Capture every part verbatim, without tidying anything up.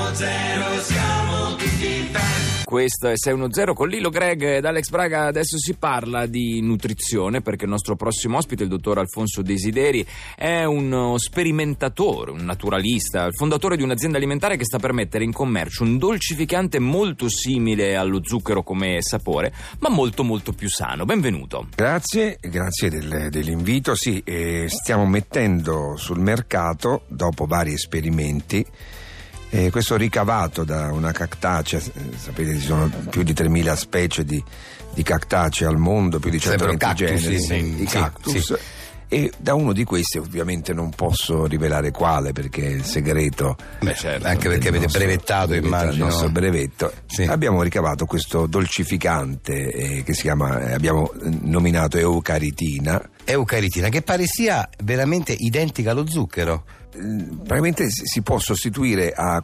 zero siamo tutti fan. Questo è sei uno zero con Lilo Greg ed Alex Braga. Adesso si parla di nutrizione perché il nostro prossimo ospite, il dottor Alfonso Desideri, è uno sperimentatore, un naturalista, il fondatore di un'azienda alimentare che sta per mettere in commercio un dolcificante molto simile allo zucchero come sapore, ma molto molto più sano. Benvenuto. Grazie, grazie del, dell'invito. Sì, eh, stiamo mettendo sul mercato, dopo vari esperimenti, Eh, questo ricavato da una cactacea. eh, sapete ci sono più di tremila specie di, di cactacee al mondo, più di centoventi generi sì, sì, di sì, cactus, sì. E da uno di questi ovviamente non posso rivelare quale perché è il segreto. Beh, certo, anche perché avete nostro, brevettato, immagino. Il nostro brevetto. Sì. Abbiamo ricavato questo dolcificante eh, che si chiama, eh, abbiamo nominato eucaritina. Eucaritina, che pare sia veramente identica allo zucchero. Probabilmente si può sostituire a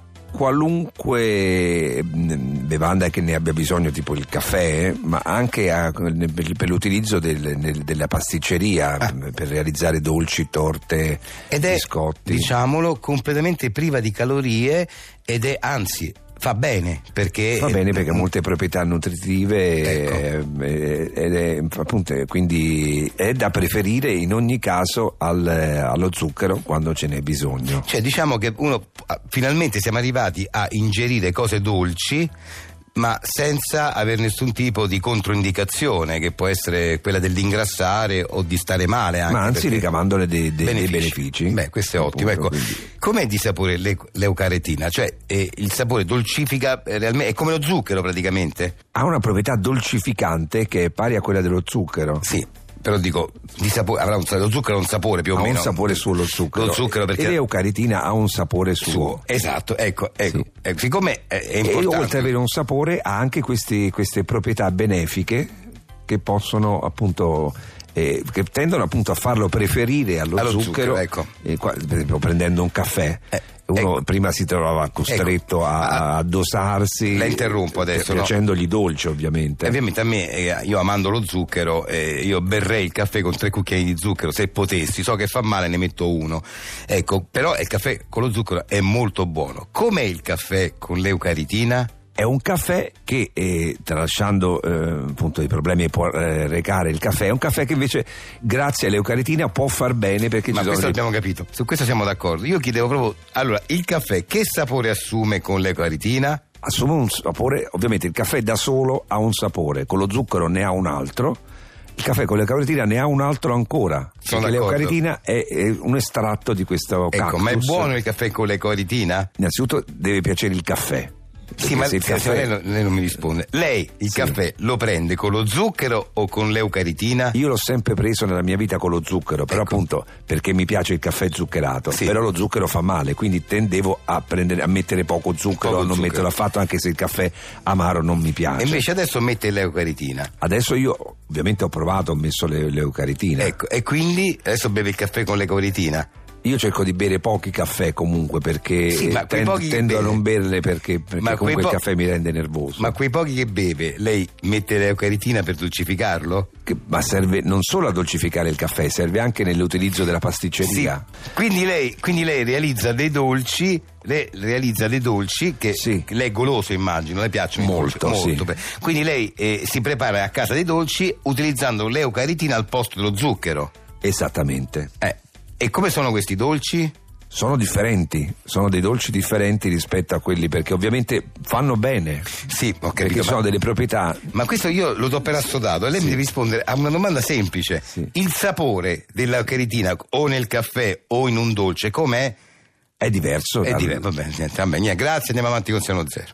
qualunque bevanda che ne abbia bisogno, tipo il caffè, ma anche a, per l'utilizzo del, nel, della pasticceria, ah. per realizzare dolci, torte, ed è, biscotti. Diciamolo, completamente priva di calorie ed è, anzi, fa bene perché fa bene perché ha molte proprietà nutritive, ecco. eh, ed è appunto quindi è da preferire in ogni caso al, allo zucchero quando ce n'è bisogno. Cioè, diciamo che uno finalmente siamo arrivati a ingerire cose dolci ma senza avere nessun tipo di controindicazione, che può essere quella dell'ingrassare o di stare male, anche ma anzi ricavandone dei, dei benefici. dei benefici. Beh, questo è ottimo. Appunto, ecco, quindi. Com'è di sapore l'e- l'eucaretina? Cioè eh, il sapore dolcifica eh, realmente, è come lo zucchero praticamente? Ha una proprietà dolcificante che è pari a quella dello zucchero. Sì. Però dico, di sapore, avrà un, lo zucchero ha un sapore più o ha meno. Ha un sapore suo lo zucchero. Lo zucchero perché... E l'eucaritina ha un sapore suo. suo. Esatto, ecco, ecco. Sì. ecco. Siccome è, è importante. E oltre ad avere un sapore ha anche questi, queste proprietà benefiche che possono appunto... Eh, che tendono appunto a farlo preferire allo, allo zucchero, zucchero ecco. eh, qua, per esempio prendendo un caffè. Eh. Uno ecco. prima si trovava costretto ecco. a, a dosarsi. La interrompo adesso. Piacendogli no? dolce, ovviamente. Ovviamente a me, eh, io amando lo zucchero, eh, io berrei il caffè con tre cucchiai di zucchero se potessi. So che fa male, ne metto uno. Ecco, però il caffè con lo zucchero è molto buono. Com'è il caffè con l'eucaritina? È un caffè che, eh, tralasciando eh, appunto i problemi che può eh, recare il caffè, è un caffè che invece, grazie all'eucaritina, può far bene perché ma ci questo sono... abbiamo capito, su questo siamo d'accordo. Io chiedevo proprio, allora, il caffè che sapore assume con l'eucaritina? Assume un sapore, ovviamente il caffè da solo ha un sapore, con lo zucchero ne ha un altro. Il caffè con l'eucaritina ne ha un altro ancora. Sono perché d'accordo. L'eucaritina è, è un estratto di questo ecco, cactus. Ma è buono il caffè con l'eucaritina? Innanzitutto deve piacere il caffè. Sì, ma se il caffè... lei, non, lei non mi risponde. Lei il sì. caffè lo prende con lo zucchero o con l'eucaritina? Io l'ho sempre preso nella mia vita con lo zucchero, però ecco. appunto perché mi piace il caffè zuccherato, sì. però lo zucchero fa male, quindi tendevo a prendere a mettere poco zucchero, poco a non zucchero. metterlo affatto, anche se il caffè amaro non mi piace. E invece adesso mette l'eucaritina. Adesso io ovviamente ho provato, ho messo le, l'eucaritina. Ecco, e quindi adesso beve il caffè con l'eucaritina? Io cerco di bere pochi caffè comunque perché sì, ma tendo, pochi tendo a beve. non berle perché, perché ma comunque po- il caffè mi rende nervoso. Ma quei pochi che beve, lei mette l'eucaritina per dolcificarlo? Che, ma serve non solo a dolcificare il caffè, serve anche nell'utilizzo della pasticceria. Sì. Quindi lei, quindi lei realizza dei dolci, lei realizza dei dolci che, sì. che lei è goloso, immagino, le piacciono molto, molto. Sì. Quindi lei eh, si prepara a casa dei dolci utilizzando l'eucaritina al posto dello zucchero. Esattamente. Eh. E come sono questi dolci? Sono differenti, sono dei dolci differenti rispetto a quelli perché ovviamente fanno bene. Sì, ho capito. Perché sono ma, delle proprietà. Ma questo io lo do per assodato e lei sì. mi deve rispondere a una domanda semplice. Sì. Il sapore dell'eucaritina o nel caffè o in un dolce com'è? È diverso. È dal... diverso, va bene, niente, va bene, niente, grazie, andiamo avanti con sei uno zero.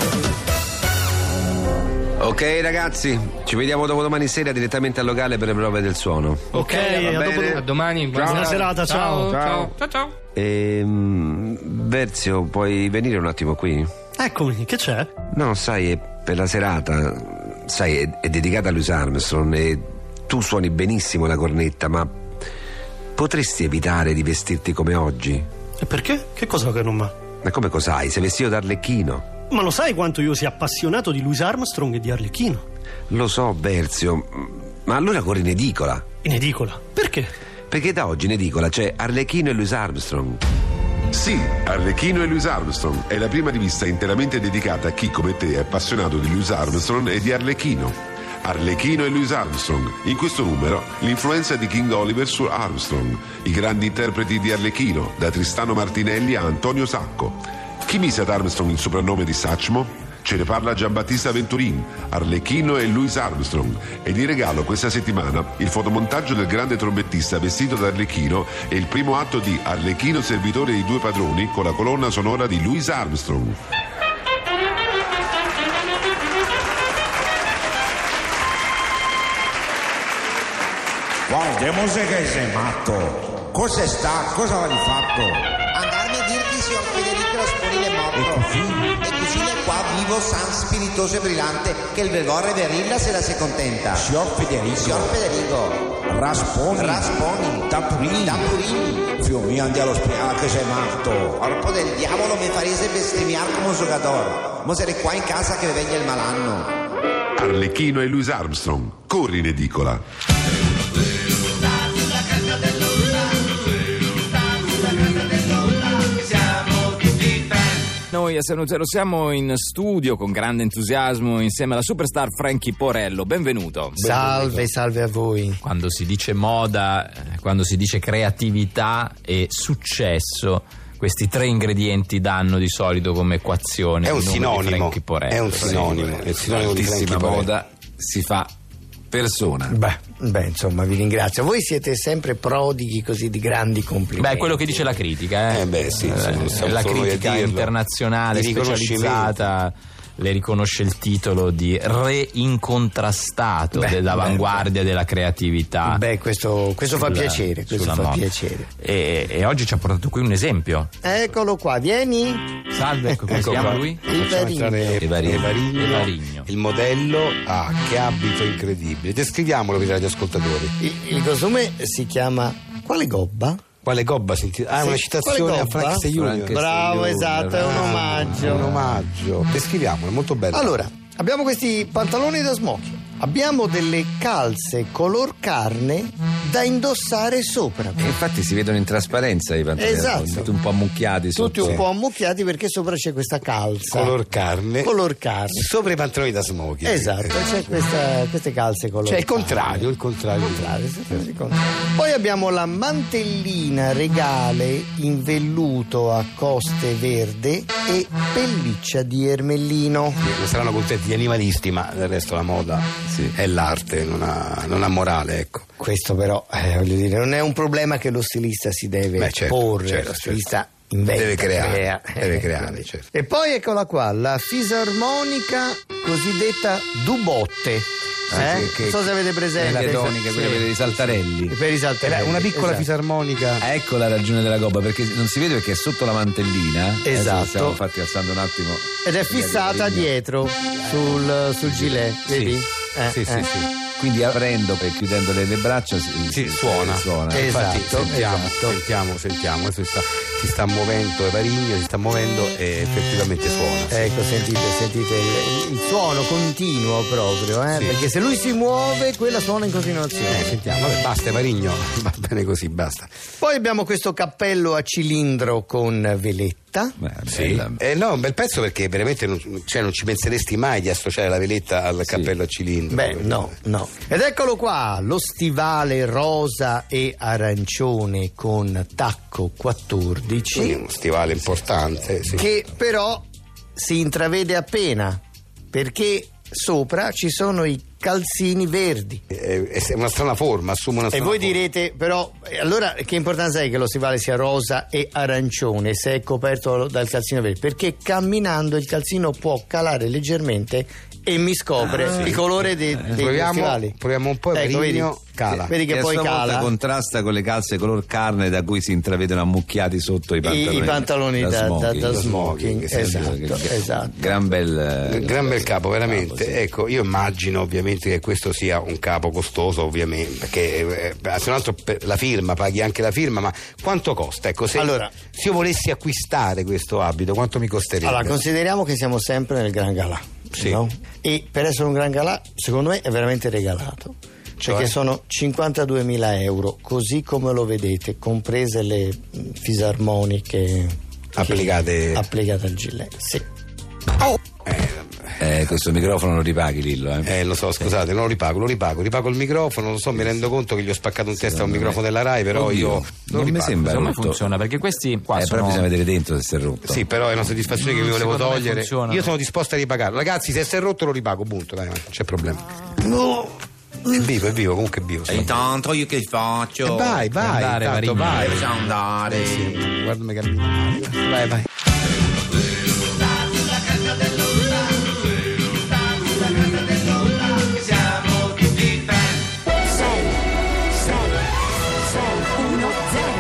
Ok ragazzi, ci vediamo dopodomani sera direttamente al locale per le prove del suono. Ok, a, dopo, a domani. Buona, buona serata, ciao. Ciao. Ciao, ciao. Ehm, Berzio, puoi venire un attimo qui? Eccomi, che c'è? No, sai, è per la serata, sai, è, è dedicata a Louis Armstrong e tu suoni benissimo la cornetta, ma potresti evitare di vestirti come oggi? E perché? Che cosa che non va? Ma come cos'hai? Sei vestito da Arlecchino? Ma lo sai quanto io sia appassionato di Louis Armstrong e di Arlecchino? Lo so, Berzio, ma allora corri in edicola. In edicola? Perché? Perché da oggi in edicola c'è Arlecchino e Louis Armstrong. Sì, Arlecchino e Louis Armstrong è la prima rivista interamente dedicata a chi come te è appassionato di Louis Armstrong e di Arlecchino. Arlecchino e Louis Armstrong. In questo numero l'influenza di King Oliver su Armstrong, i grandi interpreti di Arlecchino, da Tristano Martinelli a Antonio Sacco. Chi mise ad Armstrong il soprannome di Satchmo? Ce ne parla Giambattista Venturin, Arlecchino e Louis Armstrong. E di regalo questa settimana il fotomontaggio del grande trombettista vestito da Arlecchino e il primo atto di Arlecchino servitore dei due padroni con la colonna sonora di Louis Armstrong. Guardiamo se che sei matto. Cosa sta? Cosa hai fatto? Andarmi a dirti signor Federico Rasponile morto. E così? E così è qua vivo, san, spiritoso e brillante, che il velvorre verilla se la si contenta. Signor Federico. Signor Federico. Rasponi. Rasponi. Tampurini. Tampurini. Figlio mio, andiamo allo spiegare che sei matto. Corpo del diavolo mi farese bestemmiare come un giocatore. Mo sarei qua in casa che venga il malanno. Arlecchino e Louis Armstrong, corri in edicola. Noi a sei uno zero siamo in studio con grande entusiasmo insieme alla superstar Frankie Porello. Benvenuto. Salve, salve a voi. Quando si dice moda, quando si dice creatività e successo, questi tre ingredienti danno di solito come equazione. È un il nome di sinonimo. Frankie Porello. È un sinonimo. È il sinonimo di Frankie Altissima Porello. moda si fa persona. Beh, beh, insomma, vi ringrazio. Voi siete sempre prodighi così di grandi complimenti. Beh, è quello che dice la critica, eh? Eh beh, sì, Eh, siamo la solo noi a critica dirlo. internazionale I riconoscimenti. specializzata le riconosce il titolo di re incontrastato Beh, dell'avanguardia beh, della creatività. Beh, questo, questo fa sulla- piacere, questo sulla fa moda. piacere. E, e oggi ci ha portato qui un esempio. Eccolo qua, vieni. Salve, ecco, come si chiama lui? Il Facciamo entrare Evarino. Evarino, Evarino. il modello. Ah, che abito incredibile. Descriviamolo per i radioascoltatori. Il, il costume si chiama quale gobba? Quale gobba senti? Ah, Sì, una citazione quale a gobba? Frank Junior. Frank- Bravo, Junior. esatto, è un Ah, omaggio. è un omaggio. Descriviamolo, è molto bello. Allora, abbiamo questi pantaloni da smoking. Abbiamo delle calze color carne da indossare sopra. E infatti si vedono in trasparenza i pantaloni, Esatto. tutti un po' ammucchiati Tutti sotto. un po' ammucchiati perché sopra c'è questa calza. color carne. Color carne. Sopra i pantaloni da smoking. Esatto, c'è questa, queste calze color Cioè il carne. contrario, il contrario. Il contrario, esattamente il contrario. Poi abbiamo la mantellina regale in velluto a coste verde e pelliccia di ermellino. Non saranno contenti gli animalisti, ma del resto la moda Sì. è l'arte, non ha, non ha morale, ecco. Questo però, eh, voglio dire, non è un problema che lo stilista si deve Beh, certo, porre, certo, lo stilista inventa, Deve creare, crea. deve Eh, creare, quindi. certo. E poi eccola qua, la fisarmonica cosiddetta dubotte. Eh? che- non so se avete presente. le toniche, quelle per i saltarelli. Per i saltarelli. Una piccola esatto. fisarmonica. Ah, ecco la ragione della gobba, perché non si vede perché è sotto la mantellina. Adesso Esatto. Stiamo infatti alzando un attimo. Ed è fissata dietro sul, sul gilet, vedi? Eh, Sì, sì, eh. sì. Quindi aprendo e chiudendo le, le braccia si, Sì, si- suona. suona. Esatto. Infatti, sentiamo, esatto. sentiamo, sentiamo. Adesso si sta, si sta muovendo Evarigno, si sta muovendo e effettivamente suona. Ecco, sentite, sentite il, il suono continuo proprio, eh? Sì. Perché se lui si muove, quella suona in continuazione. Eh, sentiamo, vabbè, basta Evarigno, va bene così, basta. Poi abbiamo questo cappello a cilindro con veletta. Beh, Sì. bella. Eh, no, un bel pezzo perché veramente non, cioè, non ci penseresti mai di associare la veletta al cappello a cilindro. Beh, no, no. Ed eccolo qua, lo stivale rosa e arancione con tacco quattordici, Quindi uno stivale importante, sì. che però si intravede appena, perché sopra ci sono i calzini verdi. È, è una strana forma, assume una E strana voi forma. direte, però, eh, allora che importanza è che lo stivale sia rosa e arancione se è coperto dal calzino verde? Perché camminando il calzino può calare leggermente e mi scopre Ah, sì. il colore dei, dei Proviamo- stivali. proviamo un po', Ecco, vedi, Evarino, cala. vedi che E a poi sua volta cala contrasta con le calze color carne da cui si intravedono ammucchiati sotto i i, pantaloni, i pantaloni da, da, smoking. da Da smoking. Sì, Esatto, che- esatto. Gran bel eh, Gran bel capo, veramente. sì. Ecco, io immagino ovviamente che questo sia un capo costoso, ovviamente, perché eh, se non altro per la firma, paghi anche la firma, ma quanto costa? Ecco, se, Allora- se io volessi acquistare questo abito, quanto mi costerebbe? Allora, consideriamo che siamo sempre nel Gran Galà, Sì. no? E per essere un Gran Galà, secondo me, è veramente regalato. Perché Cioè? sono cinquantaduemila euro, così come lo vedete, comprese le mh, fisarmoniche Applicate. che- applicate al gilet. Sì. Eh, questo microfono lo ripaghi, Lillo, eh? Eh, lo so, scusate, non lo ripago, lo ripago, ripago il microfono, lo so, mi rendo conto che gli ho spaccato un testa a un microfono della Rai, però Oddio, io non lo mi ripago. sembra Come rotto. funziona? Perché questi qua Eh, sono... però bisogna vedere dentro se si è rotto. Sì, però è una soddisfazione che vi volevo Secondo me togliere. funzionano. Io sono disposto a ripagarlo. Ragazzi, se si è rotto lo ripago, punto, dai, non c'è problema. È vivo, è vivo, comunque è vivo. E intanto io che faccio? E vai, vai, andare, tanto Varini. vai. Lascia andare. Sì, guardami cammino. Vai, vai. Siamo tutti fan. sei, sei, sei, uno, zero.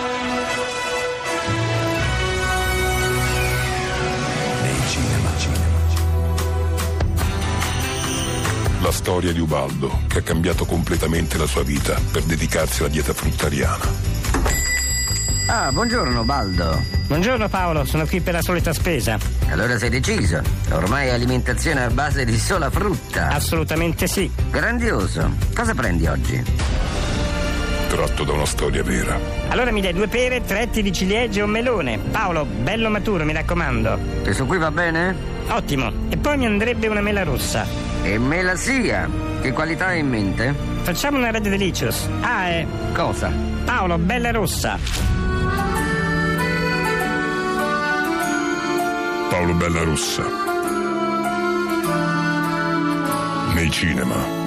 La storia di Ubaldo, che ha cambiato completamente la sua vita per dedicarsi alla dieta fruttariana. Ah, buongiorno Baldo. Buongiorno Paolo, sono qui per la solita spesa. Allora sei deciso? Ormai alimentazione a base di sola frutta. Assolutamente sì. Grandioso. Cosa prendi oggi? Tratto da una storia vera. Allora mi dai due pere, tre etti di ciliegie e un melone. Paolo, bello maturo, mi raccomando. Questo qui va bene? Ottimo. E poi mi andrebbe una mela rossa. E mela sia. Che qualità hai in mente? Facciamo una Red Delicious. Ah, eh. Cosa? Paolo, bella rossa. Paolo Bella Rossa. Nei cinema.